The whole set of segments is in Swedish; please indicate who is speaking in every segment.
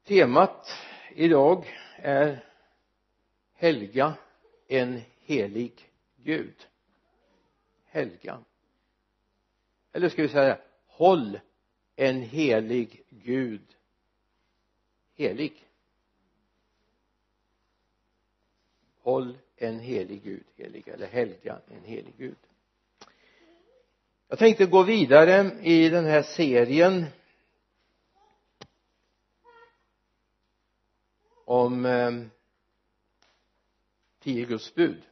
Speaker 1: Temat idag är helga en helig Gud. Helga. Eller ska vi säga håll en helig Gud helig. Håll en helig Gud helig, eller helga en helig Gud. Jag tänkte gå vidare i den här serien om 10 Guds bud.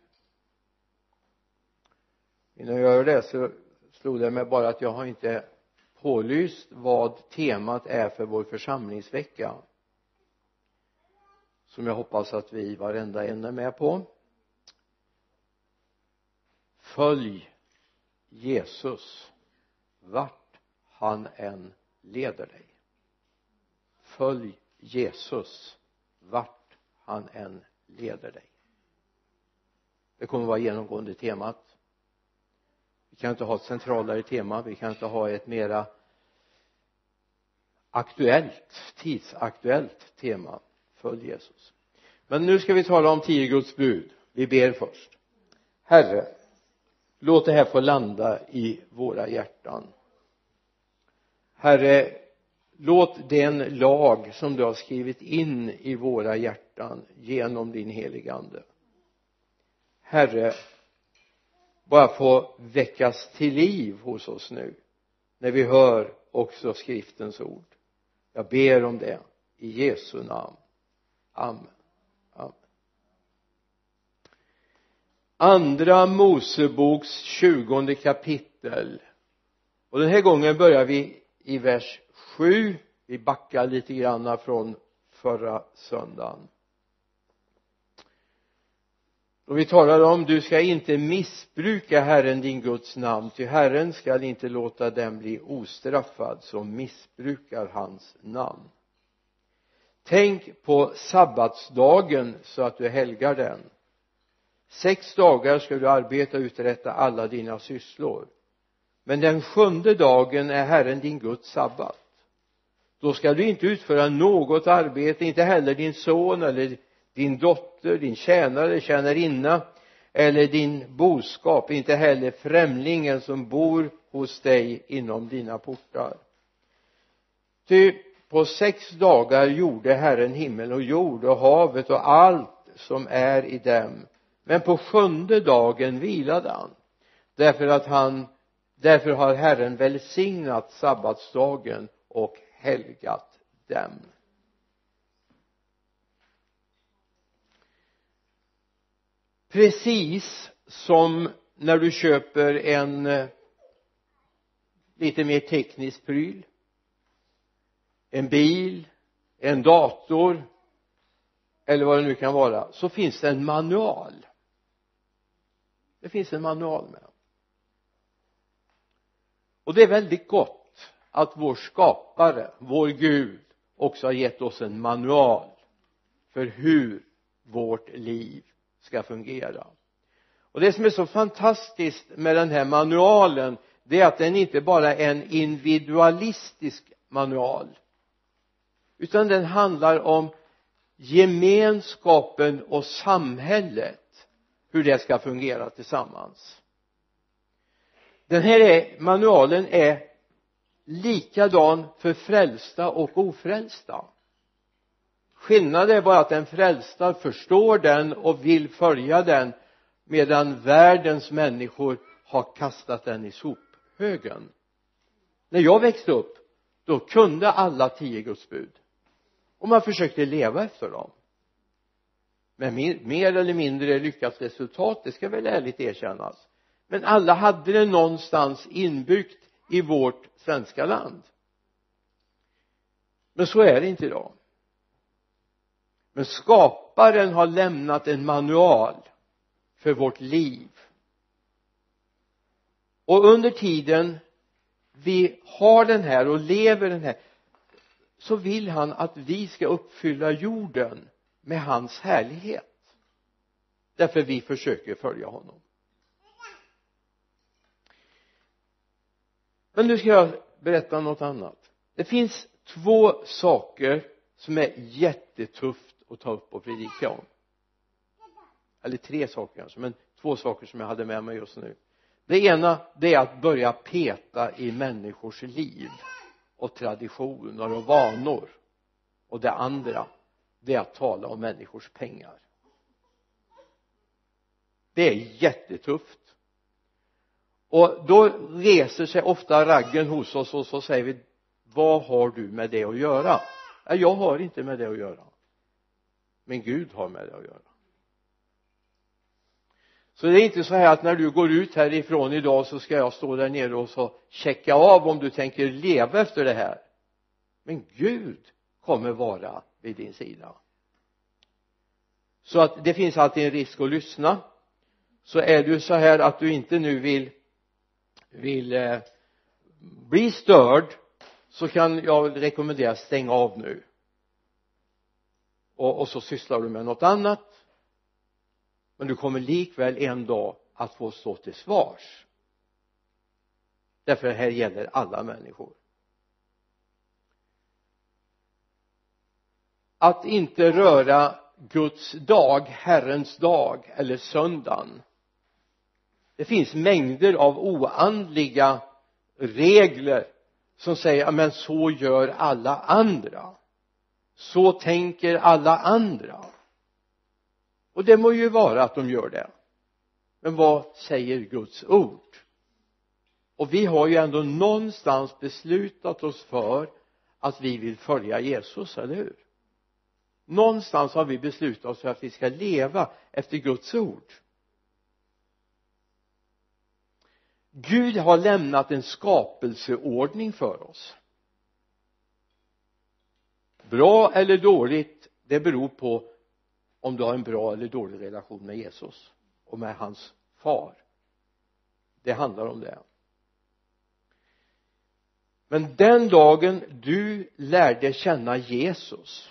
Speaker 1: Innan jag gör det så slog det mig bara att jag har inte pålyst vad temat är för vår församlingsvecka, som jag hoppas att vi varenda en är med på. Följ Jesus vart han än leder dig. Följ Jesus vart han än leder dig. Det kommer vara genomgående temat. Vi kan inte ha ett centralare tema, vi kan inte ha ett mera aktuellt, tidsaktuellt tema. Följ Jesus. Men nu ska vi tala om 10 Guds bud. Vi ber först. Herre, låt det här få landa i våra hjärtan. Herre, låt den lag som du har skrivit in i våra hjärtan genom din heliga ande, Herre, bara få väckas till liv hos oss nu när vi hör också skriftens ord. Jag ber om det i Jesu namn. Amen. Amen. Andra Moseboks 20 kapitel, och den här gången börjar vi i vers 7. Vi backar lite grann från förra söndagen. Och vi talar om: du ska inte missbruka Herren din Guds namn, ty Herren ska inte låta den bli ostraffad som missbrukar hans namn. Tänk på sabbatsdagen så att du helgar den. 6 dagar ska du arbeta och uträtta alla dina sysslor. Men den 7:e dagen är Herren din Guds sabbat. Då ska du inte utföra något arbete, inte heller din son eller din dotter, din tjänare, tjänarinna eller din boskap, inte heller främlingen som bor hos dig inom dina portar. Ty på 6 dagar gjorde Herren himmel och jord och havet och allt som är i dem. Men på 7:e dagen vilade han. Därför har Herren välsignat sabbatsdagen och helgat dem. Precis som när du köper en lite mer teknisk pryl, en bil, en dator eller vad det nu kan vara, så finns det en manual. Det finns en manual med. Och det är väldigt gott att vår skapare, vår Gud, också har gett oss en manual för hur vårt liv ska fungera. Och det som är så fantastiskt med den här manualen, det är att den inte bara är en individualistisk manual, utan den handlar om gemenskapen och samhället, hur det ska fungera tillsammans. Den här manualen är likadan för frälsta och ofrälsta. Skillnaden är bara att den frälsta förstår den och vill följa den, medan världens människor har kastat den i sophögen. När jag växte upp, då kunde alla 10 Guds bud, och man försökte leva efter dem. Men mer eller mindre lyckat resultat, det ska väl ärligt erkännas. Men alla hade det någonstans inbyggt i vårt svenska land. Men så är det inte idag. Men skaparen har lämnat en manual för vårt liv. Och under tiden vi har den här och lever den här, så vill han att vi ska uppfylla jorden med hans härlighet. Därför vi försöker följa honom. Men nu ska jag berätta något annat. Det finns 2 saker som är jättetufft att ta upp och predika om. Eller 3 saker kanske, men 2 saker som jag hade med mig just nu. Det ena, det är att börja peta i människors liv och traditioner och vanor. Och det andra, det är att tala om människors pengar. Det är jättetufft. Och då reser sig ofta raggen hos oss och så säger vi, vad har du med det att göra? Jag har inte med det att göra. Men Gud har med det att göra. Så det är inte så här att när du går ut härifrån idag så ska jag stå där nere och så checka av om du tänker leva efter det här. Men Gud kommer vara vid din sida. Så att det finns alltid en risk att lyssna. Så är du så här att du inte nu vill bli störd, så kan jag rekommendera att stänga av nu. Och så sysslar du med något annat. Men du kommer likväl en dag att få stå till svars. Därför här gäller alla människor. Att inte röra Guds dag, Herrens dag eller söndagen. Det finns mängder av oandliga regler som säger, men så gör alla andra. Så tänker alla andra. Och det må ju vara att de gör det. Men vad säger Guds ord? Och vi har ju ändå någonstans beslutat oss för att vi vill följa Jesus, eller hur? Någonstans har vi beslutat oss för att vi ska leva efter Guds ord. Gud har lämnat en skapelseordning för oss. Bra eller dåligt, det beror på om du har en bra eller dålig relation med Jesus och med hans far. Det handlar om det. Men den dagen du lärde känna Jesus,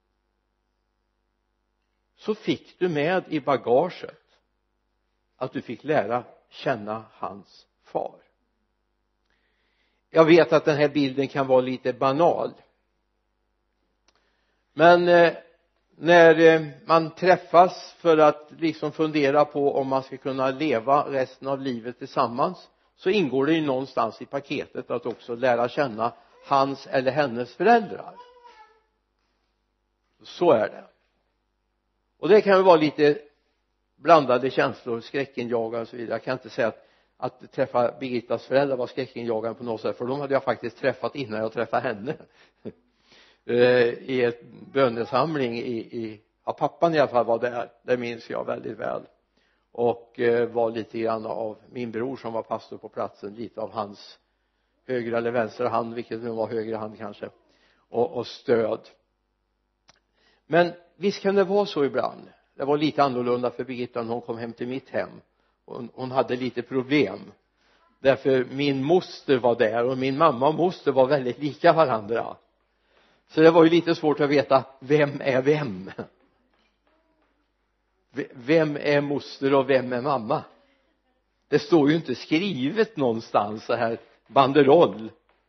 Speaker 1: så fick du med i bagaget att du fick lära känna hans far. Jag vet att den här bilden kan vara lite banal. Men när man träffas för att liksom fundera på om man ska kunna leva resten av livet tillsammans, så ingår det ju någonstans i paketet att också lära känna hans eller hennes föräldrar. Så är det. Och det kan ju vara lite blandade känslor, skräckinjagande och så vidare. Jag kan inte säga att träffa Birgittas föräldrar var skräckinjagande på något sätt, för de hade jag faktiskt träffat innan jag träffade henne. I ett bönesamling ja, pappan i alla fall var där. Det minns jag väldigt väl. Och var lite grann av min bror som var pastor på platsen, lite av hans högra eller vänstra hand, vilket nu var högra hand kanske, och stöd. Men visst kan det vara så ibland. Det var lite annorlunda för Birgitta när hon kom hem till mitt hem. Hon hade lite problem. Därför min moster var där och min mamma och moster var väldigt lika varandra. Så det var ju lite svårt att veta vem är vem. Vem är moster och vem är mamma? Det står ju inte skrivet någonstans så här banderoll.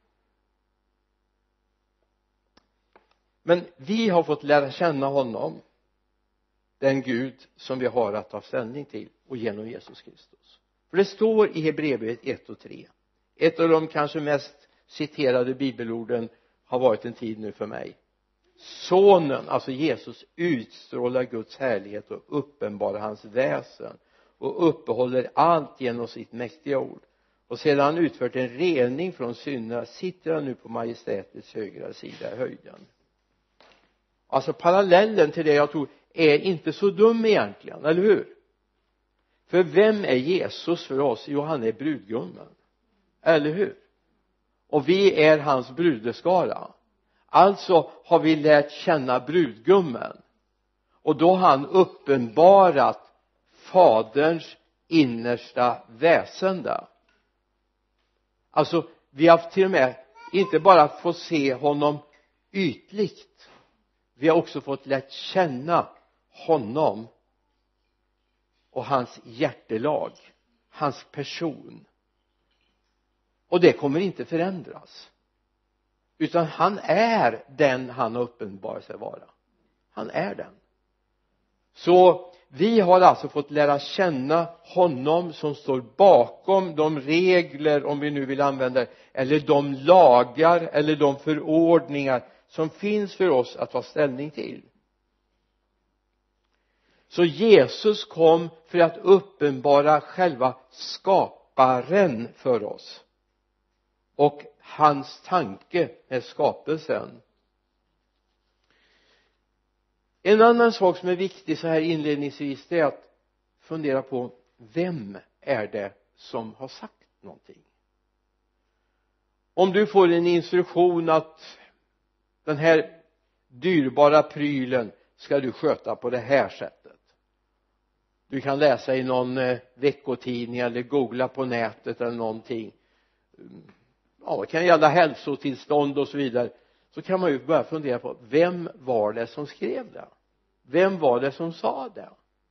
Speaker 1: Men vi har fått lära känna honom, den Gud som vi har att ta ställning till, och genom Jesus Kristus. För det står i Hebreerbrevet 1 och 3. Ett av de kanske mest citerade bibelorden har varit en tid nu för mig. Sonen, alltså Jesus, utstrålar Guds härlighet och uppenbarar hans väsen och uppehåller allt genom sitt mäktiga ord. Och sedan han utfört en rening från synderna sitter han nu på majestätets högra sida i höjden. Alltså parallellen till det jag tror är inte så dum egentligen, eller hur? För vem är Jesus för oss? Jo, han är brudgummen, eller hur? Och vi är hans brudeskara. Alltså har vi lärt känna brudgummen, och då har han uppenbarat faderns innersta väsende. Alltså vi har till och med inte bara fått se honom ytligt, vi har också fått lärt känna honom och hans hjärtelag, hans person. Och det kommer inte förändras. utan han är den han uppenbarar sig vara. Han är den. Så vi har alltså fått lära känna honom som står bakom de regler, om vi nu vill använda det, eller de lagar eller de förordningar som finns för oss att ta ställning till. Så Jesus kom för att uppenbara själva skaparen för oss. Och hans tanke är skapelsen. En annan sak som är viktig så här inledningsvis, det är att fundera på vem är det som har sagt någonting. Om du får en instruktion att den här dyrbara prylen ska du sköta på det här sättet. Du kan läsa i någon veckotidning eller googla på nätet eller någonting. Ja, det kan gälla hälsotillstånd och så vidare. Så kan man ju börja fundera på, vem var det som skrev det? Vem var det som sa det?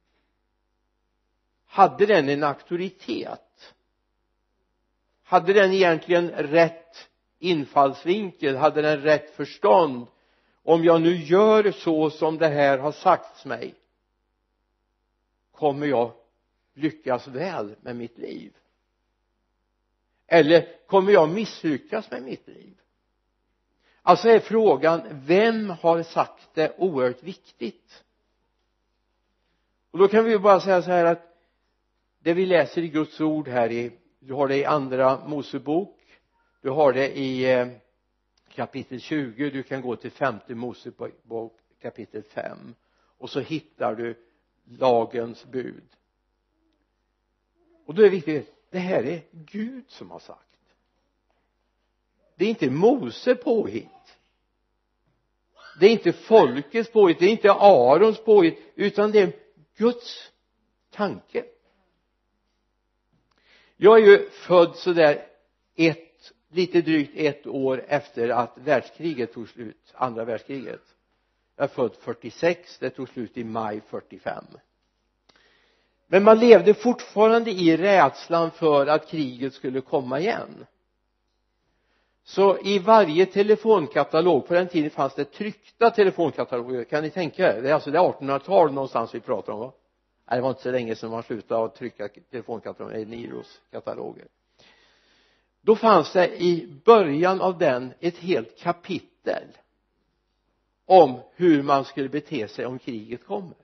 Speaker 1: Hade den en auktoritet? Hade den egentligen rätt infallsvinkel? Hade den rätt förstånd? Om jag nu gör så som det här har sagts mig, kommer jag lyckas väl med mitt liv? Eller kommer jag misslyckas med mitt liv? Alltså är frågan, vem har sagt det, oerhört viktigt. Och då kan vi ju bara säga så här att det vi läser i Guds ord här du har det i andra Mosebok, du har det i kapitel 20, du kan gå till femte Mosebok kapitel 5 och så hittar du lagens bud. Och då är det viktigt, det här är Gud som har sagt. Det är inte Mose påhitt. Det är inte folkets påhitt, det är inte Arons påhitt, utan det är Guds tanke. Jag är ju född så där lite drygt ett år efter att världskriget tog slut, andra världskriget. Jag är född 46, det tog slut i maj 45. Men man levde fortfarande i rädslan för att kriget skulle komma igen. Så i varje telefonkatalog, på den tiden fanns det tryckta telefonkataloger, kan ni tänka er? Det är alltså det 1800-tal någonstans vi pratar om, va? Nej, det var inte så länge sedan man slutade att trycka telefonkataloger, eller Niros kataloger. Då fanns det i början av den ett helt kapitel om hur man skulle bete sig om kriget kommer.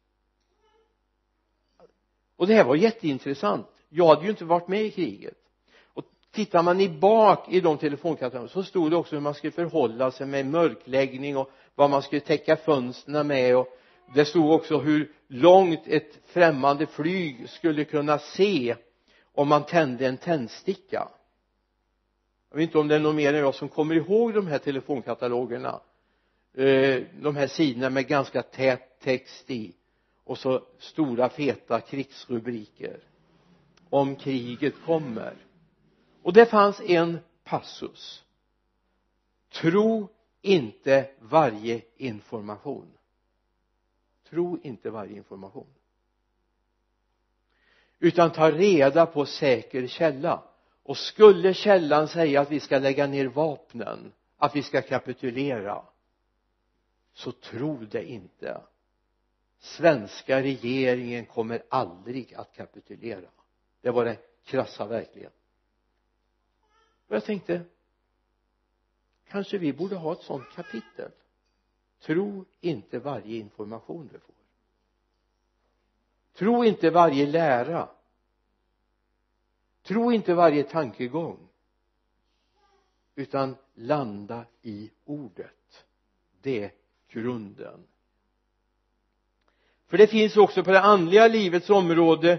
Speaker 1: Och det här var jätteintressant. Jag hade ju inte varit med i kriget. Och tittar man i bak i de telefonkatalogerna så stod det också hur man skulle förhålla sig med mörkläggning och vad man skulle täcka fönsterna med. Och det stod också hur långt ett främmande flyg skulle kunna se om man tände en tändsticka. Jag vet inte om det är någon mer än jag som kommer ihåg de här telefonkatalogerna. De här sidorna med ganska tät text i. Och så stora feta krigsrubriker. Om kriget kommer. Och det fanns en passus. Tro inte varje information. Tro inte varje information. Utan ta reda på säker källa. Och skulle källan säga att vi ska lägga ner vapnen, att vi ska kapitulera, så tro det inte. Svenska regeringen kommer aldrig att kapitulera. Det var den krassa verkligheten. Och jag tänkte, kanske vi borde ha ett sånt kapitel. Tro inte varje information du får. Tro inte varje lära. Tro inte varje tankegång. Utan landa i ordet. Det är grunden. För det finns också på det andliga livets område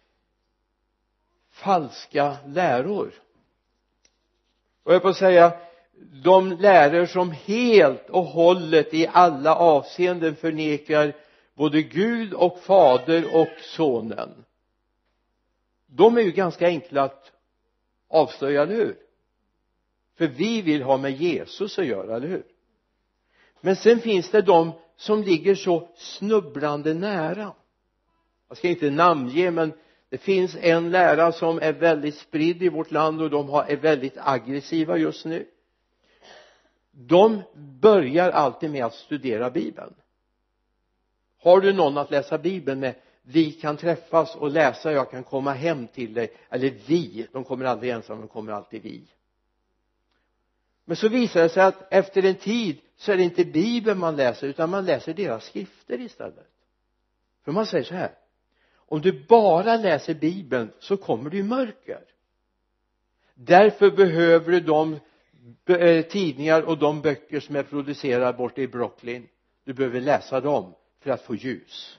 Speaker 1: falska läror. Och jag får säga, de läror som helt och hållet i alla avseenden förnekar både Gud och Fader och Sonen. De är ju ganska enkla att avslöja, eller hur? För vi vill ha med Jesus att göra, eller hur? Men sen finns det de som ligger så snubblande nära. Jag ska inte namnge, men det finns en lära som är väldigt spridd i vårt land och de är väldigt aggressiva just nu. de börjar alltid med att studera Bibeln. Har du någon att läsa Bibeln med? Vi kan träffas och läsa, jag kan komma hem till dig. Eller vi, de kommer aldrig ensamma, de kommer alltid vi. Men så visar det sig att efter en tid så är det inte Bibeln man läser, utan man läser deras skrifter istället. För man säger så här: om du bara läser Bibeln så kommer du i mörker. Därför behöver du de tidningar och de böcker som är producerade borta i Brooklyn. Du behöver läsa dem för att få ljus.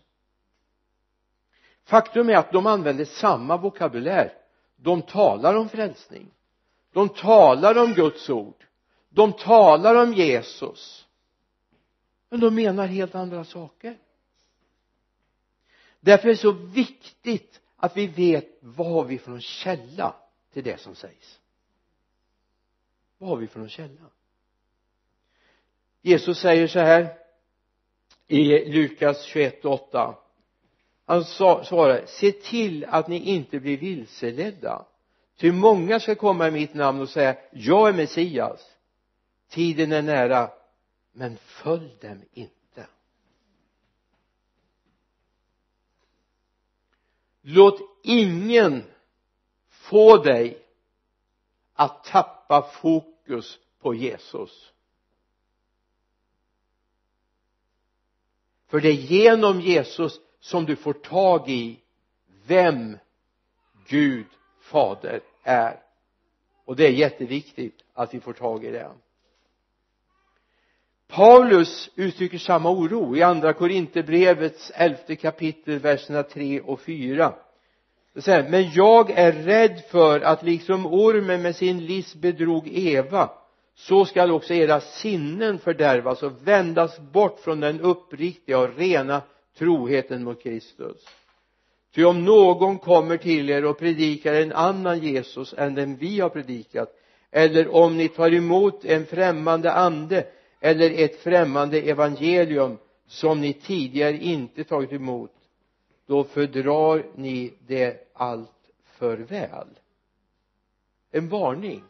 Speaker 1: Faktum är att de använder samma vokabulär. De talar om frälsning. De talar om Guds ord. De talar om Jesus. Men de menar helt andra saker. Därför är det så viktigt att vi vet vad har vi för någon källa till det som sägs. Vad har vi för någon källa? Jesus säger så här i Lukas 21:8. Han svarar: se till att ni inte blir vilseledda. Ty många ska komma i mitt namn och säga: jag är Messias. Tiden är nära. Men följ dem inte. Låt ingen få dig att tappa fokus på Jesus. För det är genom Jesus som du får tag i vem Gud fader är. Och det är jätteviktigt att vi får tag i det. Paulus uttrycker samma oro i andra Korinthierbrevets 11:e kapitel, verserna 3 och 4. Det säger: men jag är rädd för att liksom ormen med sin list bedrog Eva, så skall också era sinnen fördärvas och vändas bort från den uppriktiga och rena troheten mot Kristus. Ty om någon kommer till er och predikar en annan Jesus än den vi har predikat, eller om ni tar emot en främmande ande eller ett främmande evangelium som ni tidigare inte tagit emot, då fördrar ni det allt för väl. En varning.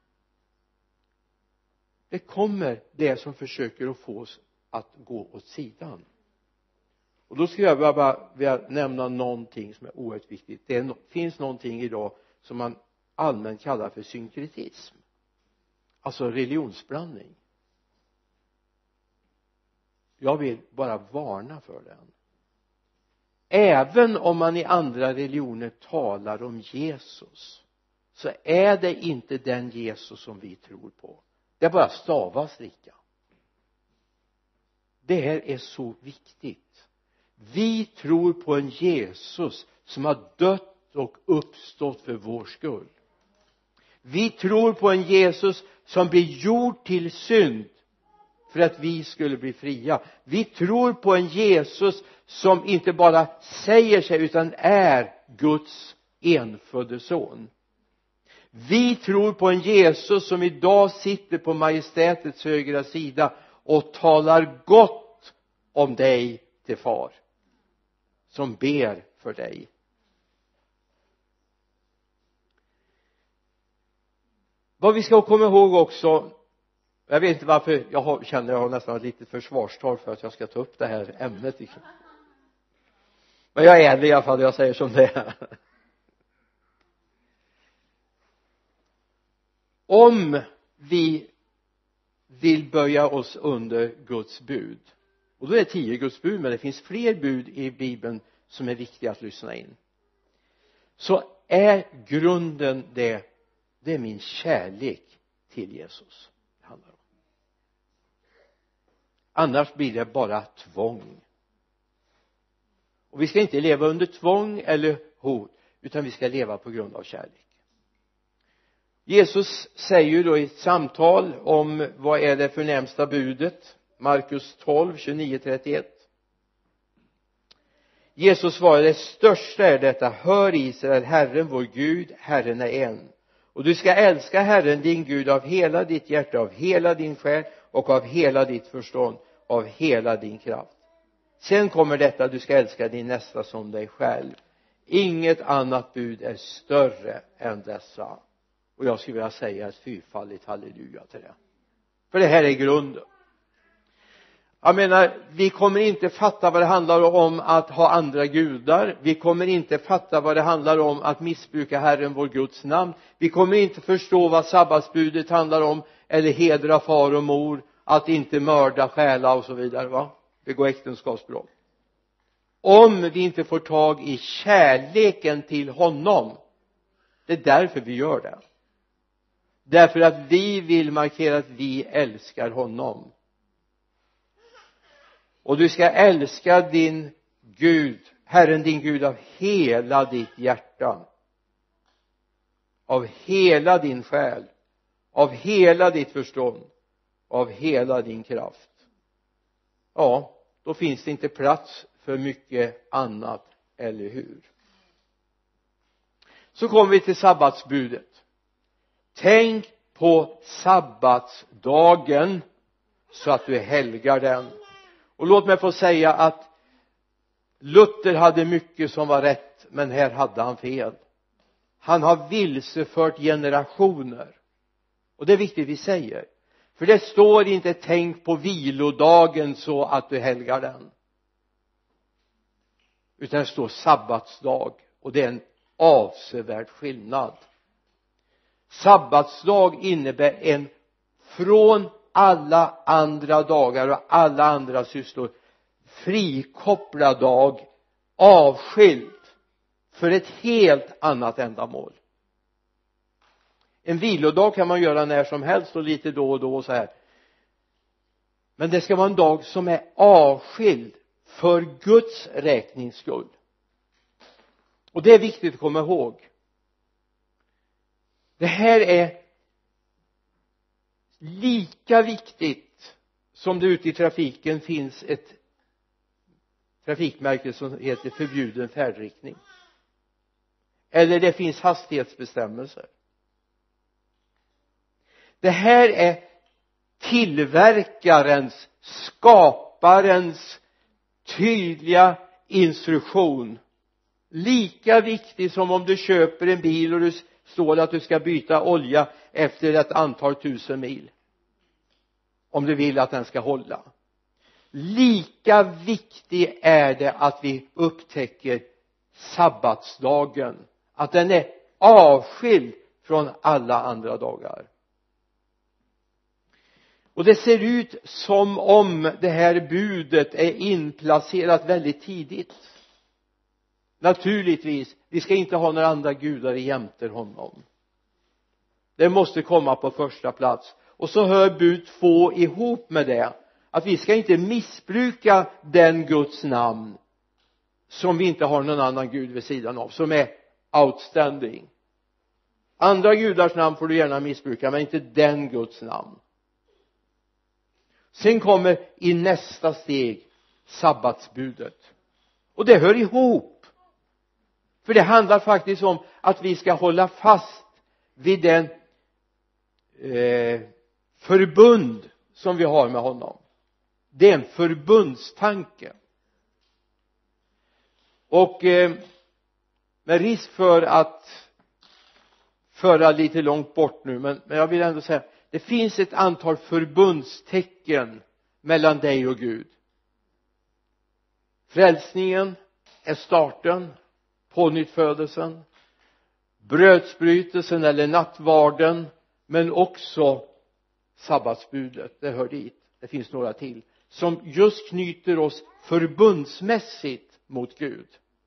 Speaker 1: Det kommer det som försöker att få oss att gå åt sidan. Och då ska jag bara vilja nämna någonting som är oerhört viktigt. Det finns någonting idag som man allmänt kallar för synkretism. Alltså religionsblandning. Jag vill bara varna för den. Även om man i andra religioner talar om Jesus, så är det inte den Jesus som vi tror på. Det är bara stavas lika. Det här är så viktigt. Vi tror på en Jesus som har dött och uppstått för vår skull. Vi tror på en Jesus som blir gjord till synd för att vi skulle bli fria. Vi tror på en Jesus som inte bara säger sig utan är Guds enfödde son. Vi tror på en Jesus som idag sitter på majestätets högra sida och talar gott om dig till far, som ber för dig. Vad vi ska komma ihåg också, jag vet inte varför jag har nästan ett litet försvarstal för att jag ska ta upp det här ämnet, men jag är ärlig i alla fall, jag säger som det är. Om vi vill böja oss under Guds bud, och då är det 10 Guds bud, men det finns fler bud i Bibeln som är viktiga att lyssna in, så är grunden det är min kärlek till Jesus det handlar om. Annars blir det bara tvång. Och vi ska inte leva under tvång eller hot, utan vi ska leva på grund av kärlek. Jesus säger ju då i ett samtal om vad är det förnämsta budet, Markus 12, 29-31. Jesus svarade: det största är detta: hör Israel, Herren vår Gud, Herren är en. Och du ska älska Herren din Gud av hela ditt hjärta, av hela din själ och av hela ditt förstånd, av hela din kraft. Sen kommer detta: du ska älska din nästa som dig själv. Inget annat bud är större än dessa. Och jag skulle vilja säga ett fyrfaldigt halleluja till det. för det här är grunden. Jag menar, vi kommer inte fatta vad det handlar om att ha andra gudar. Vi kommer inte fatta vad det handlar om att missbruka Herren vår Guds namn. Vi kommer inte förstå vad sabbatsbudet handlar om, eller hedra far och mor, att inte mörda, stjäla och så vidare, va? Begå äktenskapsbrott. Om vi inte får tag i kärleken till honom. Det är därför vi gör det. Därför att vi vill markera att vi älskar honom. Och du ska älska din Gud, Herren din Gud, av hela ditt hjärta, av hela din själ, av hela ditt förstånd, av hela din kraft. Ja, då finns det inte plats för mycket annat, eller hur? Så kommer vi till sabbatsbudet. Tänk på sabbatsdagen så att du helgar den. Och låt mig få säga att Luther hade mycket som var rätt, men här hade han fel. Han har vilsefört generationer. Och det är viktigt vi säger. För det står inte tänk på vilodagen så att du helgar den. Utan det står sabbatsdag. Och det är en avsevärd skillnad. Sabbatsdag innebär en från alla andra dagar och alla andra sysslor frikopplad dag, avskild för ett helt annat ändamål. En vilodag kan man göra när som helst och lite då och då så här. Men det ska vara en dag som är avskild för Guds räknings skull. Och det är viktigt att komma ihåg. Det här är lika viktigt som det ute i trafiken finns ett trafikmärke som heter förbjuden färdriktning. Eller det finns hastighetsbestämmelser. Det här är tillverkarens, skaparens tydliga instruktion. Lika viktig som om du köper en bil och du står att du ska byta olja efter ett antal 1000 mil. Om du vill att den ska hålla. Lika viktigt är det att vi upptäcker sabbatsdagen. Att den är avskild från alla andra dagar. Och det ser ut som om det här budet är inplacerat väldigt tidigt. Naturligtvis, vi ska inte ha några andra gudar jämte honom. Det måste komma på första plats. Och så hör bud 2 ihop med det. Att vi ska inte missbruka den Guds namn som vi inte har någon annan gud vid sidan av. Som är outstanding. Andra gudars namn får du gärna missbruka, men inte den Guds namn. Sen kommer i nästa steg sabbatsbudet. Och det hör ihop. För det handlar faktiskt om att vi ska hålla fast vid den förbund som vi har med honom. Det är en förbundstanke. Och med risk för att föra lite långt bort nu, men jag vill ändå säga, det finns ett antal förbundstecken mellan dig och Gud. Frälsningen är starten, pånyttfödelsen, brödsbrytelsen eller nattvarden, men också sabbatsbudet, det hör dit. Det finns några till som just knyter oss förbundsmässigt mot Gud.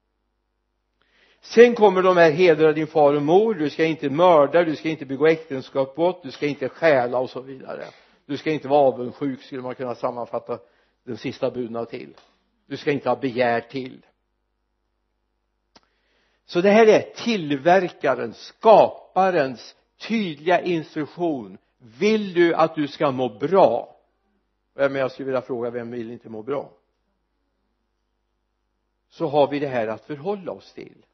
Speaker 1: Sen kommer de här: hedra din far och mor, du ska inte mörda, du ska inte begå äktenskapsbrott, du ska inte stjäla och så vidare. Du ska inte vara avundsjuk, skulle man kunna sammanfatta den sista budna till. Du ska inte ha begär till. Så det här är tillverkarens, skaparens tydliga instruktion. Vill du att du ska må bra? Men jag skulle vilja fråga, vem vill inte må bra? Så har vi det här att förhålla oss till.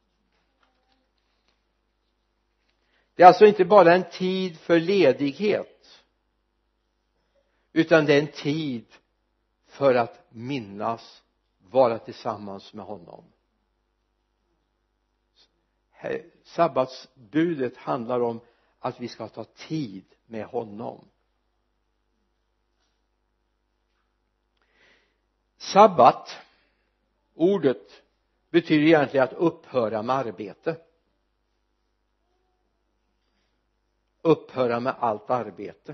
Speaker 1: Det är alltså inte bara en tid för ledighet, utan det är en tid för att minnas, vara tillsammans med honom. Sabbatsbudet handlar om att vi ska ta tid med honom. Sabbat, ordet, betyder egentligen att upphöra med arbete. Upphöra med allt arbete.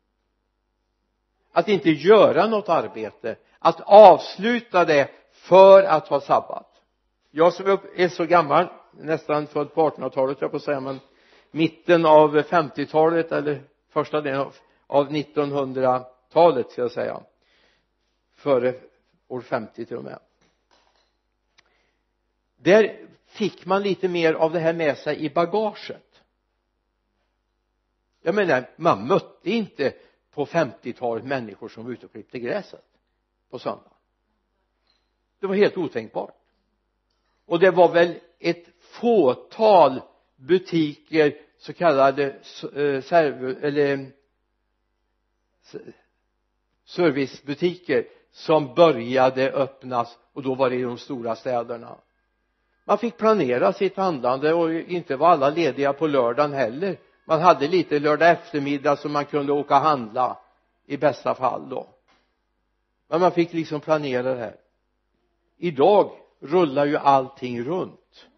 Speaker 1: Att inte göra något arbete. Att avsluta det för att ha sabbat. Jag som är så gammal, nästan född på 1800-talet, jag på att säga, men mitten av 50-talet eller första delen av 1900-talet ska jag säga. Före år 50 till och med. Där fick man lite mer av det här med sig i bagaget. Jag menar, man mötte inte på 50-talet människor som var ute och klippte gräset på söndag. Det var helt otänkbart. Och det var väl ett fåtal butiker, så kallade servicebutiker, som började öppnas, och då var det i de stora städerna. Man fick planera sitt handlande, och inte var alla lediga på lördagen heller. Man hade lite lördag eftermiddag som man kunde åka och handla i bästa fall då. Men man fick liksom planera det här. Idag rullar ju allting runt.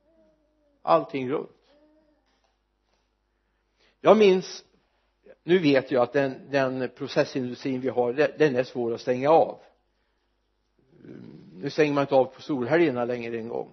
Speaker 1: Jag minns, nu vet jag att den processindustrin vi har, den är svår att stänga av. Nu stänger man inte av på storhelgerna längre en gång.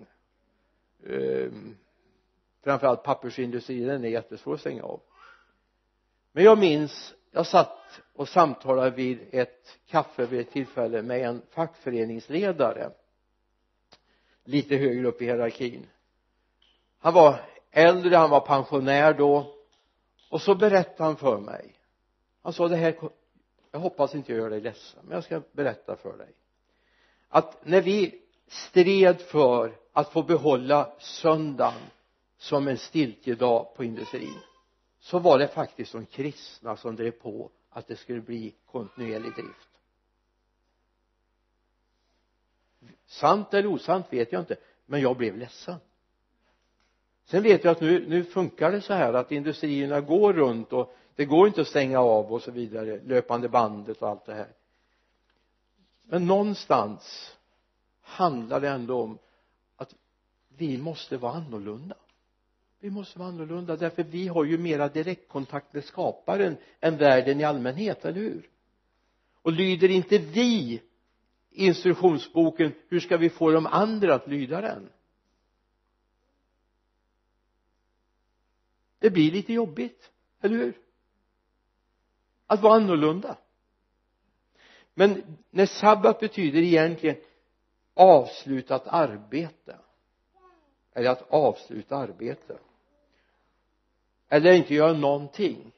Speaker 1: Framförallt pappersindustrin, den är jättesvår att stänga av. Men jag minns, jag satt och samtalade vid ett kaffe vid ett tillfälle med en fackföreningsledare lite högre upp i hierarkin. Han var äldre, han var pensionär då, och så berättade han för mig. Han sa, det här, jag hoppas inte jag gör dig ledsen, men jag ska berätta för dig att när vi stred för att få behålla söndagen som en stiltjedag på industrin, så var det faktiskt de kristna som drev på att det skulle bli kontinuerlig drift. Sant eller osant vet jag inte, men jag blev ledsen. Sen vet jag att nu funkar det så här att industrierna går runt, och det går inte att stänga av och så vidare, löpande bandet och allt det här. Men någonstans handlar det ändå om att vi måste vara annorlunda. Vi måste vara annorlunda, därför vi har ju mera direktkontakt med skaparen än världen i allmänhet, eller hur? Och lyder inte vi instruktionsboken, hur ska vi få de andra att lyda den? Det blir lite jobbigt, eller hur? Att vara annorlunda. Men när sabbat betyder egentligen avslutat arbete, eller att avsluta arbete, eller inte göra någonting.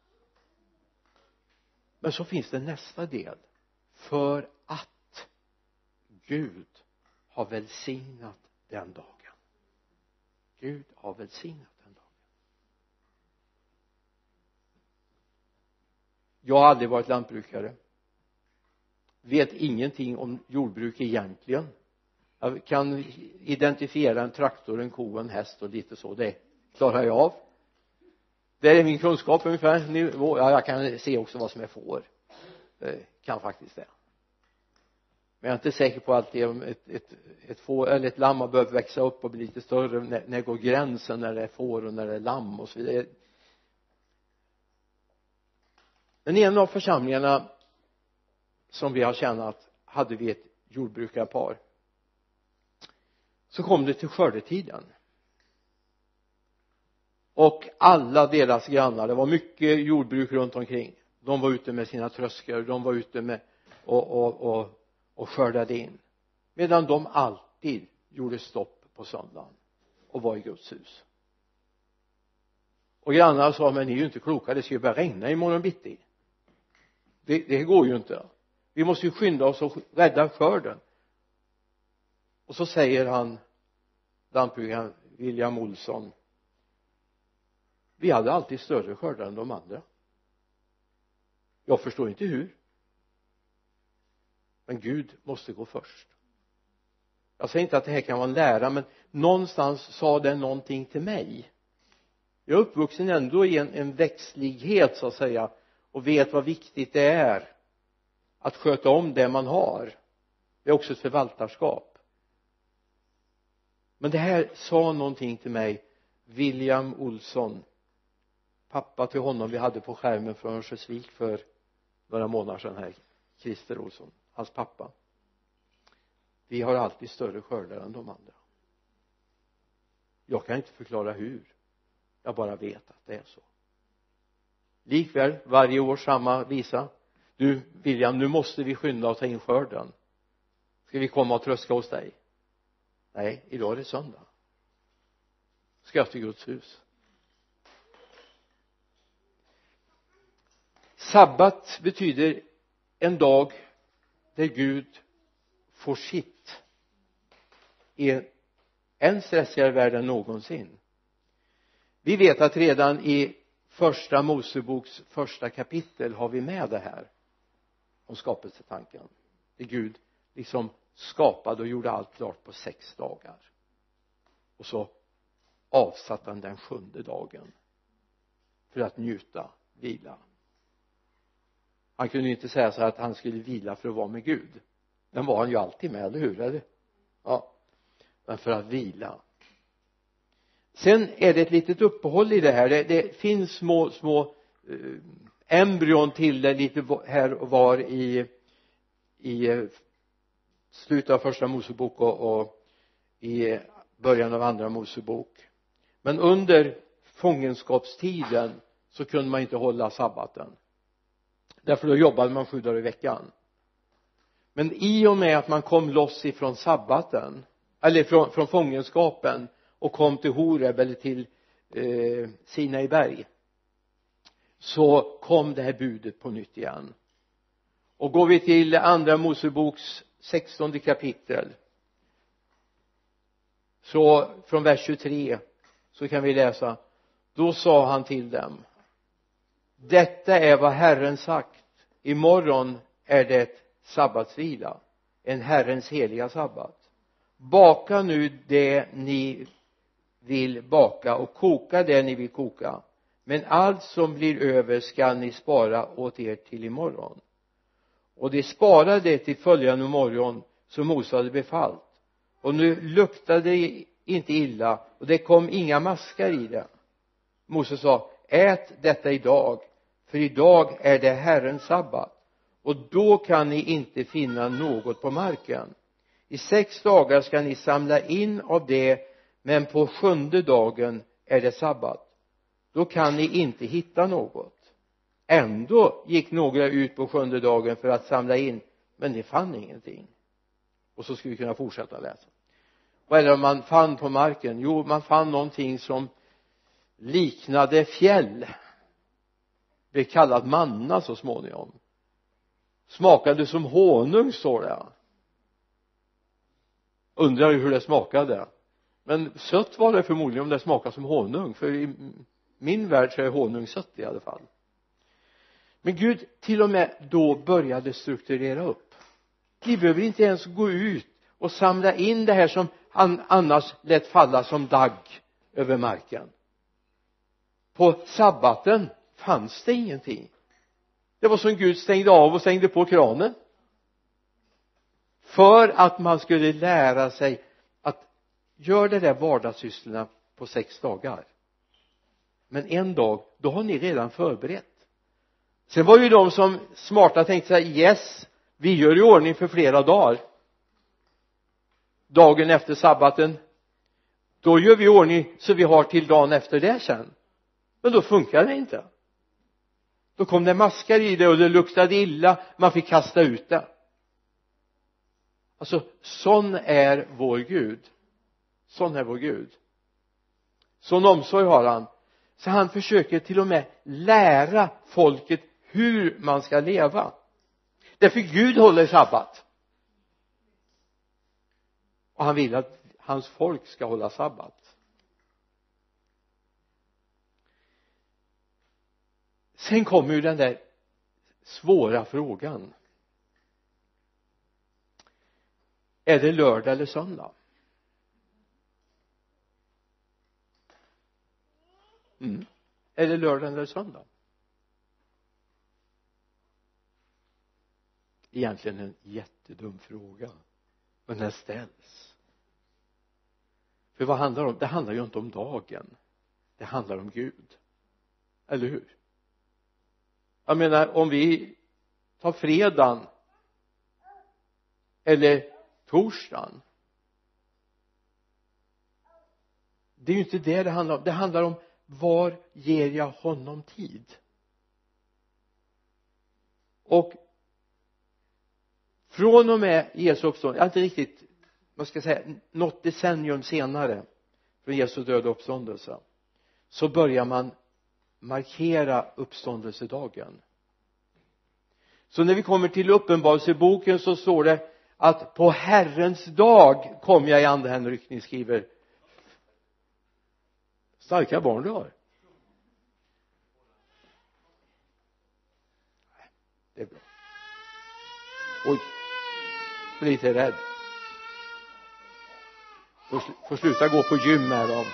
Speaker 1: Men så finns det nästa del, för att Gud har välsignat den dagen. Gud har välsignat den dagen. Jag har aldrig varit lantbrukare, vet ingenting om jordbruk egentligen. Jag kan identifiera en traktor, en ko, en häst och lite så, det klarar jag av. Det är min kunskap ungefär. Ja, jag kan se också vad som är får. Kan faktiskt det. Men jag är inte säker på att det är ett får eller ett lamm har behövt växa upp och bli lite större. När går gränsen när det är får och när det är lamm och så vidare. Men i en av församlingarna som vi har tjänat hade vi ett jordbrukarpar. Så kom det till skördetiden. Och alla deras grannar, det var mycket jordbruk runt omkring. De var ute med sina tröskor, de var ute med och skördade in. Medan de alltid gjorde stopp på söndagen och var i Guds hus. Och grannarna sa, men ni är ju inte kloka, det ska ju börja regna imorgon bitti. Det går ju inte. Vi måste ju skynda oss och rädda skörden. Och så säger han, lantbrukaren William Olsson, vi hade alltid större skördar än de andra. Jag förstår inte hur. Men Gud måste gå först. Jag säger inte att det här kan vara en lära, men någonstans sa det någonting till mig. Jag är uppvuxen ändå i en växtlighet så att säga, och vet vad viktigt det är att sköta om det man har. det är också ett förvaltarskap. Men det här sa någonting till mig. William Olsson, pappa till honom vi hade på skärmen från Örnsköldsvik för några månader sedan här, Christer Olsson, hans pappa. Vi har alltid större skördar än de andra. Jag kan inte förklara hur, jag bara vet att det är så. Likväl varje år samma visa. Du William, nu måste vi skynda och ta in skörden. Ska vi komma och tröska hos dig? Nej, idag är det söndag. Ska jag till Guds hus? Sabbat betyder en dag där Gud får sitt i en stressigare värld än någonsin. Vi vet att redan i första Moseboks första kapitel har vi med det här om skapelsetanken. Det Gud liksom skapade och gjorde allt klart på 6 dagar. Och så avsatte han den 7:e dagen för att njuta, vila. Han kunde ju inte säga så att han skulle vila för att vara med Gud. Den var han ju alltid med, eller hur? Eller? Ja. Men för att vila. Sen är det ett litet uppehåll i det här. Det finns små embryon till det lite här och var i slutet av första Mosebok och i början av andra Mosebok. Men under fångenskapstiden så kunde man inte hålla sabbaten. Därför då jobbade man 7 dagar i veckan. Men i och med att man kom loss ifrån sabbaten, eller från fångenskapen och kom till Horeb eller till Sinai berg, så kom det här budet på nytt igen. Och går vi till andra Moseboks 16:e kapitel, så från vers 23 så kan vi läsa: då sa han till dem: detta är vad Herren sagt, imorgon är det sabbatsvila, en Herrens heliga sabbat. Baka nu det ni vill baka och koka det ni vill koka, men allt som blir över ska ni spara åt er till imorgon. Och de sparade till följande morgon som Mose hade befallt. Och nu luktade det inte illa och det kom inga maskar i det. Mose sa: ät detta idag, för idag är det Herrens sabbat, och då kan ni inte finna något på marken. I 6 dagar ska ni samla in av det, men på 7:e dagen är det sabbat. Då kan ni inte hitta något. Ändå gick några ut på 7:e dagen för att samla in, men de fann ingenting. Och så skulle vi kunna fortsätta läsa. Vad är det man fann på marken? Jo, man fann någonting som liknade fjäll. Det kallat manna så småningom. Smakade som honung, står det. Undrar hur det smakade. Men sött var det förmodligen om det smakade som honung. För i min värld så är honung sött i alla fall. Men Gud till och med då började strukturera upp. Vi behöver inte ens gå ut och samla in det här som annars lät falla som dagg över marken. På sabbaten fanns det ingenting. Det var som Gud stängde av och stängde på kranen. För att man skulle lära sig att göra det där vardagssysslorna på 6 dagar. Men en dag, då har ni redan förberett. Sen var ju de som smarta tänkte sig: yes, vi gör i ordning för flera dagar. Dagen efter sabbaten, då gör vi i ordning så vi har till dagen efter det sen. Men då funkar det inte. Då kom det maskar i det och det luktade illa. Man fick kasta ut det. Alltså, sån är vår Gud. Sån är vår Gud. Sån omsorg har han. Så han försöker till och med lära folket hur man ska leva. Därför Gud håller sabbat. Och han vill att hans folk ska hålla sabbat. Sen kommer ju den där svåra frågan. Är det lördag eller söndag? Är det lördag eller söndag? Egentligen en jättedum fråga. Men den ställs. För vad handlar det om? Det handlar ju inte om dagen. Det handlar om Gud. Eller hur? Jag menar, om vi tar fredagen eller torsdagen, det är ju inte det handlar om. Det handlar om, var ger jag honom tid? Och från och med Jesu uppståndelse, inte riktigt, man ska säga något decennium senare från Jesu död och uppståndelse, så börjar man markera uppståndelsedagen. Så när vi kommer till uppenbarelseboken så står det att på Herrens dag kom jag i ande. Henrik, ni skriver starka barn du har. Det är bra. Oj, blir lite rädd. Får sluta gå på gym med dem.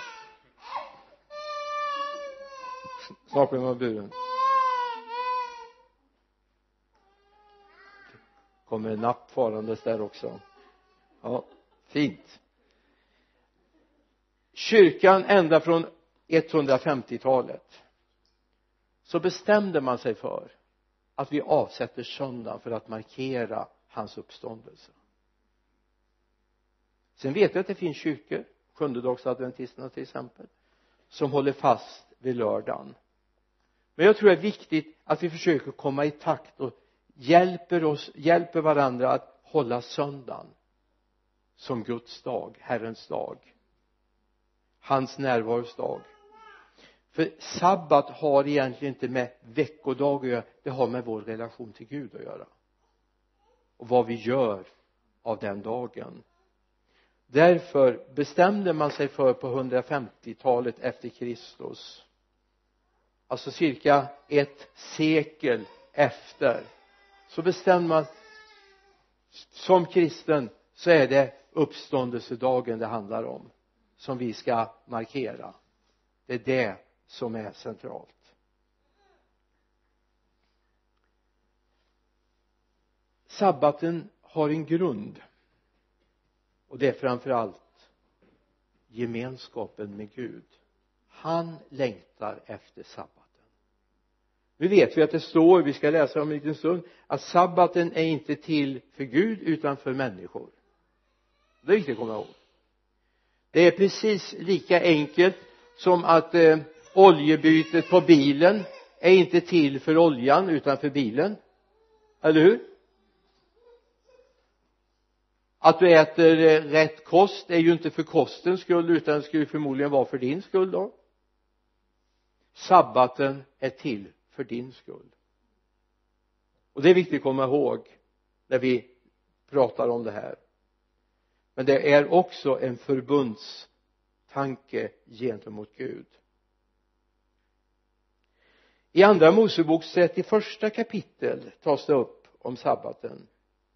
Speaker 1: Snart blir man buren. Kommer en napp farandes där också. Ja, fint. Kyrkan ända från 150-talet så bestämde man sig för att vi avsätter söndagen för att markera hans uppståndelse. Sen vet vi att det finns kyrkor, sjundedagsadventisterna till exempel, som håller fast vid lördagen. Men jag tror det är viktigt att vi försöker komma i takt och hjälper varandra att hålla söndagen som Guds dag, Herrens dag, hans närvaros dag. För sabbat har egentligen inte med veckodag att göra, det har med vår relation till Gud att göra och vad vi gör av den dagen. Därför bestämde man sig för på 150-talet efter Kristus, alltså cirka ett sekel efter, så bestämde man, som kristen så är det uppståndelsedagen det handlar om, som vi ska markera. Det är det som är centralt. Sabbaten har en grund, och det är framförallt gemenskapen med Gud. Han längtar efter sabbaten. Nu vet vi att det står, vi ska läsa om en liten stund, att sabbaten är inte till för Gud utan för människor. Det är viktigt att komma ihåg. Det är precis lika enkelt som att oljebytet på bilen är inte till för oljan utan för bilen. Eller hur? Att du äter rätt kost är ju inte för kostens skull, utan det skulle förmodligen vara för din skull då. Sabbaten är till för din skull. Och det är viktigt att komma ihåg när vi pratar om det här. Men det är också en förbundstanke gentemot Gud. I andra Moseboks 31 kapitel tas det upp om sabbaten.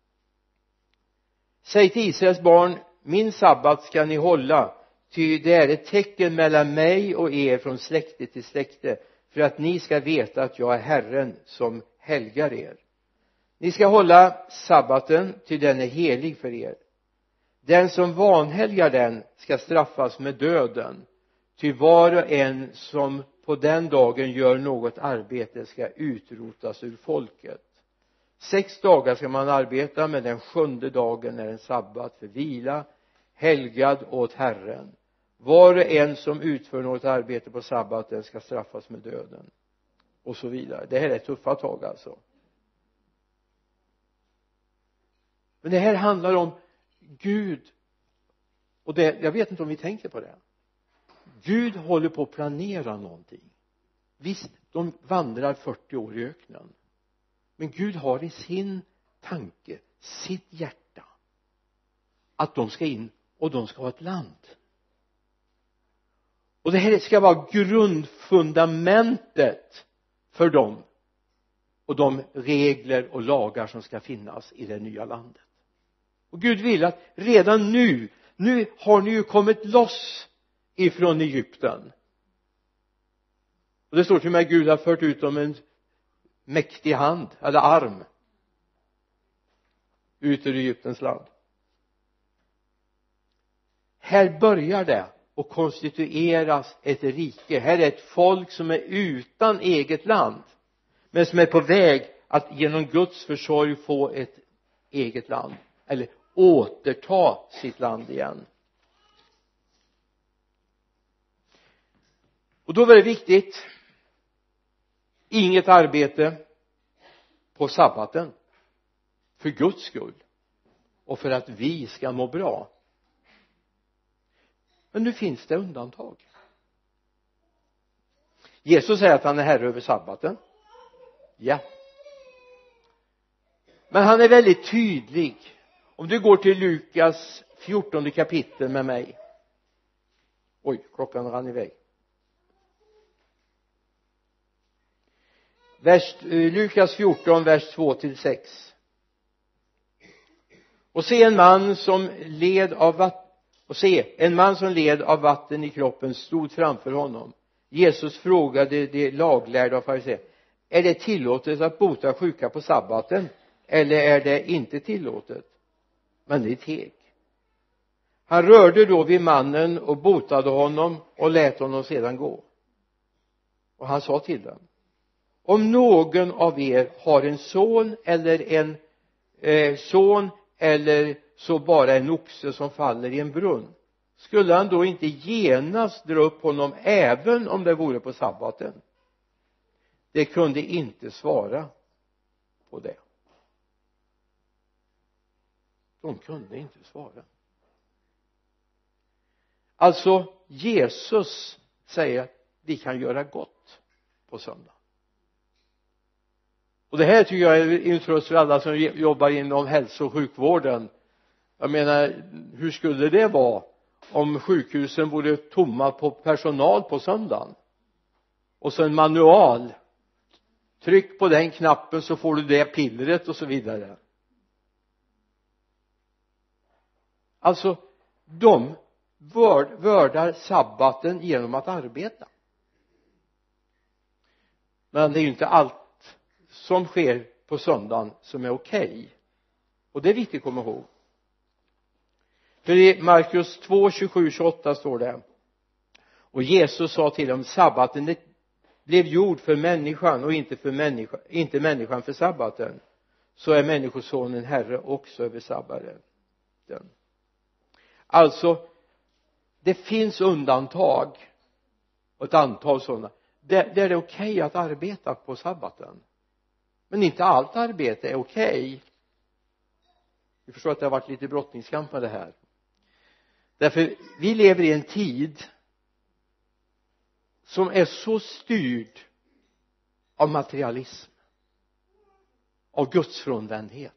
Speaker 1: Säg till Israels barn, min sabbat ska ni hålla, ty det är ett tecken mellan mig och er från släkte till släkte, för att ni ska veta att jag är Herren som helgar er. Ni ska hålla sabbaten, ty den är helig för er. Den som vanhelgar den ska straffas med döden, ty var och en som på den dagen gör något arbete ska utrotas ur folket. 6 dagar ska man arbeta, men den 7:e dagen är en sabbat för vila, helgad åt Herren. Var och en som utför något arbete på sabbaten ska straffas med döden. Och så vidare. Det här är tuffa tag alltså. Men det här handlar om Gud. Och det, jag vet inte om vi tänker på det. Gud håller på att planera någonting. Visst, de vandrar 40 år i öknen. Men Gud har i sin tanke, sitt hjärta, att de ska in och de ska ha ett land. Och det här ska vara grundfundamentet för dem och de regler och lagar som ska finnas i det nya landet. Och Gud vill att redan nu har ni ju kommit loss ifrån Egypten. Och det står till mig, Gud har fört ut dem en mäktig hand eller arm ut ur Egyptens land. här börjar det och konstitueras ett rike. Här är ett folk som är utan eget land, men som är på väg att genom Guds försorg få ett eget land, eller återta sitt land igen. Och då var det viktigt: inget arbete på sabbaten, för Guds skull och för att vi ska må bra. Men nu finns det undantag. Jesus säger att han är herre över sabbaten. Ja. Men han är väldigt tydlig. Om du går till Lukas 14 kapitel med mig. Oj, klockan rann iväg. Lukas 14, vers 2-6. Och se en man som led av vatten i kroppen stod framför honom. Jesus frågade de laglärda och fariséer: är det tillåtet att bota sjuka på sabbaten, eller är det inte tillåtet? Men de teg. Han rörde då vid mannen och botade honom och lät honom sedan gå. Och han sa till dem: om någon av er har en son eller så bara en oxe som faller i en brunn, skulle han då inte genast dra upp honom även om det vore på sabbaten? Det kunde inte svara på det. De kunde inte svara. Alltså Jesus säger att vi kan göra gott på söndag. Och det här tycker jag är en tröst för alla som jobbar inom hälso- och sjukvården. Jag menar, hur skulle det vara om sjukhusen vore tomma på personal på söndagen? Och så en manual. Tryck på den knappen så får du det pillret och så vidare. Alltså, de vördar sabbaten genom att arbeta. Men det är ju inte allt som sker på söndagen som är okej. Och det är viktigt att komma ihåg. För i Markus 2, 27-28 står det: och Jesus sa till dem: sabbaten blev gjord för människan och inte människan för sabbaten. Så är människosonen herre också över sabbaten. Alltså, det finns undantag, och ett antal sådana där det är okej att arbeta på sabbaten. Men inte allt arbete är okej. Vi förstår att det har varit lite brottningskamp med det här. Därför vi lever i en tid som är så styrd av materialism, av gudsfrånvändhet.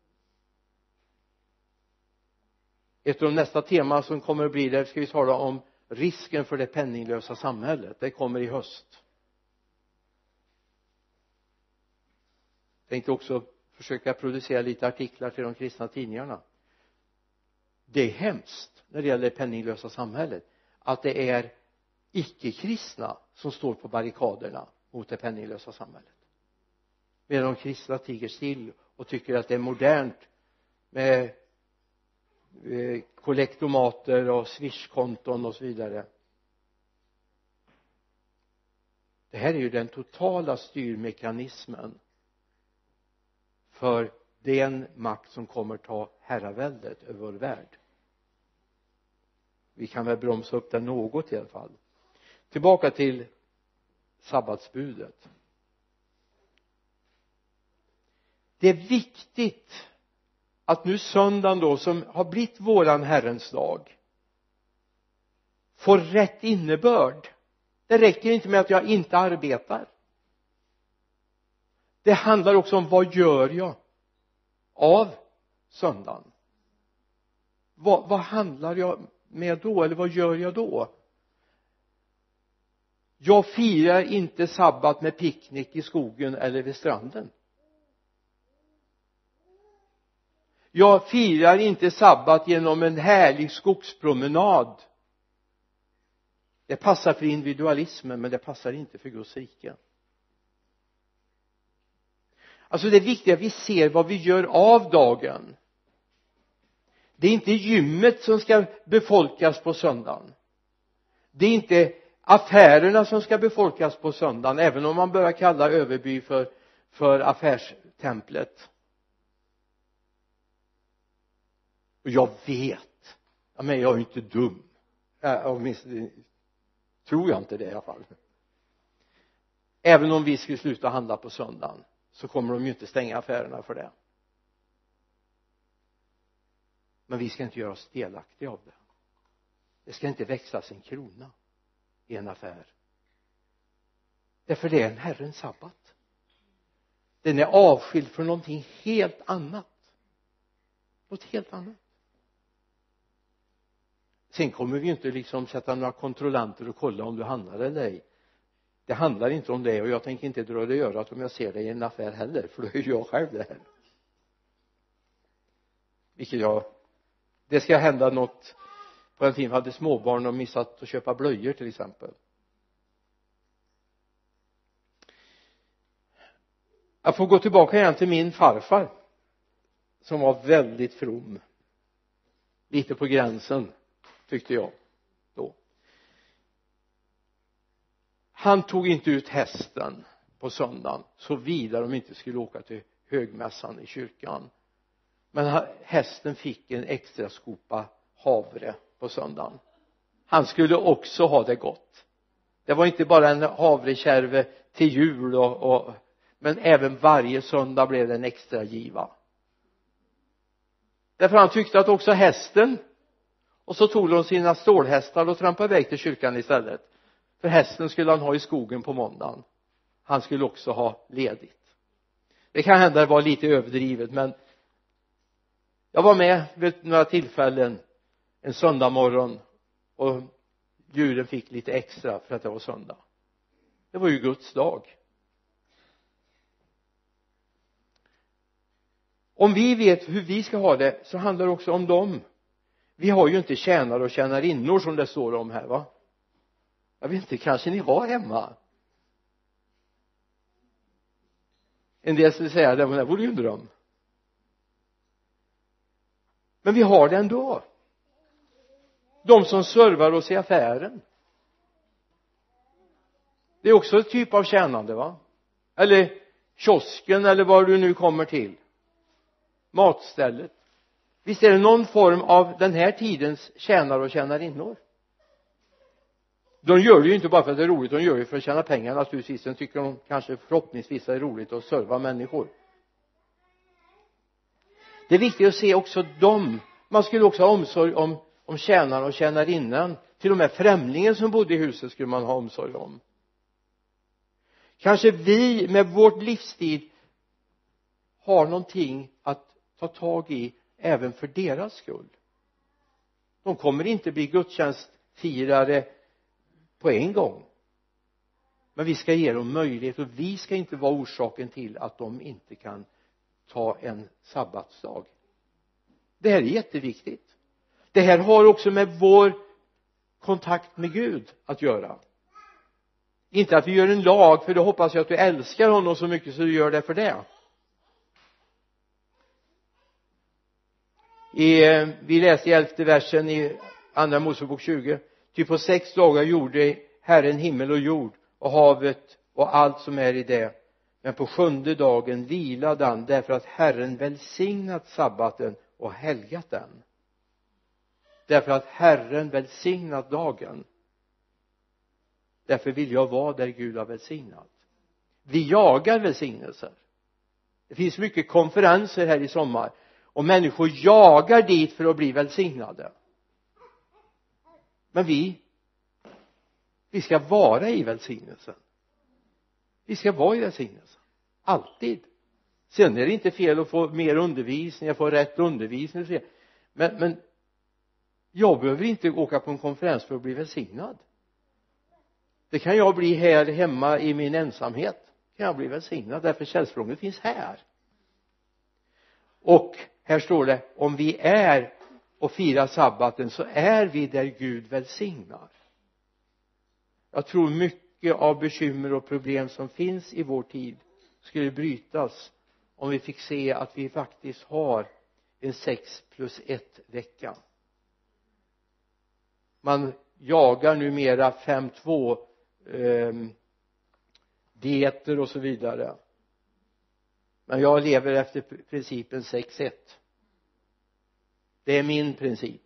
Speaker 1: Ett av de nästa teman som kommer att bli där ska vi tala om risken för det penninglösa samhället. Det kommer i höst. Jag tänkte också försöka producera lite artiklar till de kristna tidningarna. Det är hemskt när det gäller det penninglösa samhället att det är icke-kristna som står på barrikaderna mot det penninglösa samhället. Medan de kristna tiger still och tycker att det är modernt med kollektomater och swishkonton och så vidare. Det här är ju den totala styrmekanismen för den makt som kommer ta herraväldet över vår värld. Vi kan väl bromsa upp det något i alla fall. Tillbaka till sabbatsbudet. Det är viktigt att nu söndagen då, som har blivit våran Herrens dag, får rätt innebörd. Det räcker inte med att jag inte arbetar. Det handlar också om: vad gör jag av söndagen? Vad handlar jag med då, eller vad gör jag då? Jag firar inte sabbat med picknick i skogen eller vid stranden. Jag firar inte sabbat genom en härlig skogspromenad. Det passar för individualismen, men det passar inte för Guds rike. Alltså det är viktigt att vi ser vad vi gör av dagen. Det är inte gymmet som ska befolkas på söndagen. Det är inte affärerna som ska befolkas på söndagen, även om man börjar kalla Överby för affärstemplet. Och jag vet, men jag är inte dum. Tror jag inte det i alla fall. Även om vi skulle sluta handla på söndagen så kommer de ju inte stänga affärerna för det. Men vi ska inte göra oss delaktiga av det. Det ska inte växlas en krona i en affär. Därför det är en Herrens sabbat. Den är avskild från någonting helt annat. Något helt annat. Sen kommer vi inte liksom sätta några kontrollanter och kolla om du handlar eller ej. Det handlar inte om det, och jag tänker inte dra det i örat om jag ser det i en affär heller, för då är jag själv det här. Det ska hända något. På en tid hade småbarn och missat att köpa blöjor till exempel. Jag får gå tillbaka igen till min farfar som var väldigt from. Lite på gränsen tyckte jag då. Han tog inte ut hästen på söndagen så vidare de inte skulle åka till högmässan i kyrkan. Men hästen fick en extra skopa havre på söndagen. Han skulle också ha det gott. Det var inte bara en havrekärve till jul men även varje söndag blev det en extra giva. Därför han tyckte att också hästen, och så tog de sina stålhästar och trampade iväg till kyrkan istället. För hästen skulle han ha i skogen på måndagen. Han skulle också ha ledigt. Det kan hända det var lite överdrivet, men jag var med vid några tillfällen en söndag morgon och djuren fick lite extra för att det var söndag. Det var ju Guds dag. Om vi vet hur vi ska ha det så handlar det också om dem. Vi har ju inte tjänare och tjänarinnor som det står om här, va? Jag vet inte, kanske ni har hemma. En del skulle säga det vore ju en dröm. Men vi har det ändå. De som servar oss i affären. Det är också ett typ av tjänande, va? Eller kiosken eller vad du nu kommer till. Matstället. Visst är det någon form av den här tidens tjänare och tjänarinnor. De gör det ju inte bara för att det är roligt, de gör det för att tjäna pengar naturligtvis. Sen tycker de kanske förhoppningsvis är roligt att serva människor. Det är viktigt att se också dem. Man skulle också ha omsorg om tjänaren och tjänarinnan. Till och med främlingen som bodde i huset skulle man ha omsorg om. Kanske vi med vårt livsstil har någonting att ta tag i även för deras skull. De kommer inte bli gudstjänstfirare på en gång. Men vi ska ge dem möjlighet, och vi ska inte vara orsaken till att de inte kan ta en sabbatsdag. Det här är jätteviktigt. Det här har också med vår kontakt med Gud att göra. Inte att vi gör en lag, för då hoppas jag att du älskar honom så mycket så du gör det för det. Vi läste i 11:e versen i andra Mosebok 20. Ty på 6 dagar gjorde Herren himmel och jord och havet och allt som är i det. Men på 7:e dagen vilade han, därför att Herren välsignat sabbaten och helgat den. Därför att Herren välsignat dagen. Därför vill jag vara där Gud har välsignat. Vi jagar välsignelser. Det finns mycket konferenser här i sommar. Och människor jagar dit för att bli välsignade. Men vi ska vara i välsignelsen. Vi ska vara i välsignelsen. Alltid. Sen är det inte fel att få mer undervisning, att få rätt undervisning. Men jag behöver inte åka på en konferens för att bli välsignad. Det kan jag bli här hemma i min ensamhet. Kan jag bli välsignad, därför källsprånget finns här. Och här står det, om vi är och firar sabbaten så är vi där Gud välsignar. Jag tror mycket av bekymmer och problem som finns i vår tid skulle brytas om vi fick se att vi faktiskt har en 6+1 vecka. Man jagar numera 5-2 dieter och så vidare. Men jag lever efter principen 6-1. Det är min princip.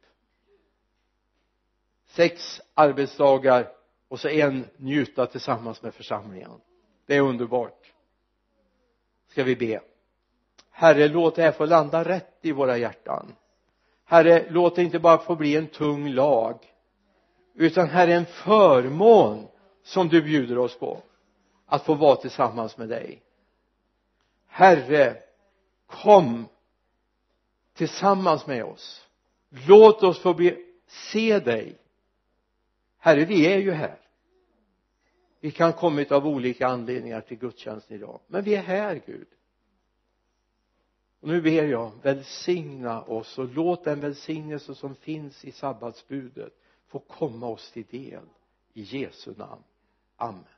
Speaker 1: 6 arbetsdagar och så en njuta tillsammans med församlingen. Det är underbart. Ska vi be. Herre, låt det här få landa rätt i våra hjärtan. Herre, låt det inte bara få bli en tung lag, utan Herre, en förmån som du bjuder oss på, att få vara tillsammans med dig. Herre, kom tillsammans med oss. Låt oss få se dig. Herre, vi är ju här. Vi kan kommit av olika anledningar till gudstjänsten idag, men vi är här, Gud. Och nu ber jag, välsigna oss och låt den välsignelse som finns i sabbatsbudet få komma oss till del. I Jesu namn. Amen.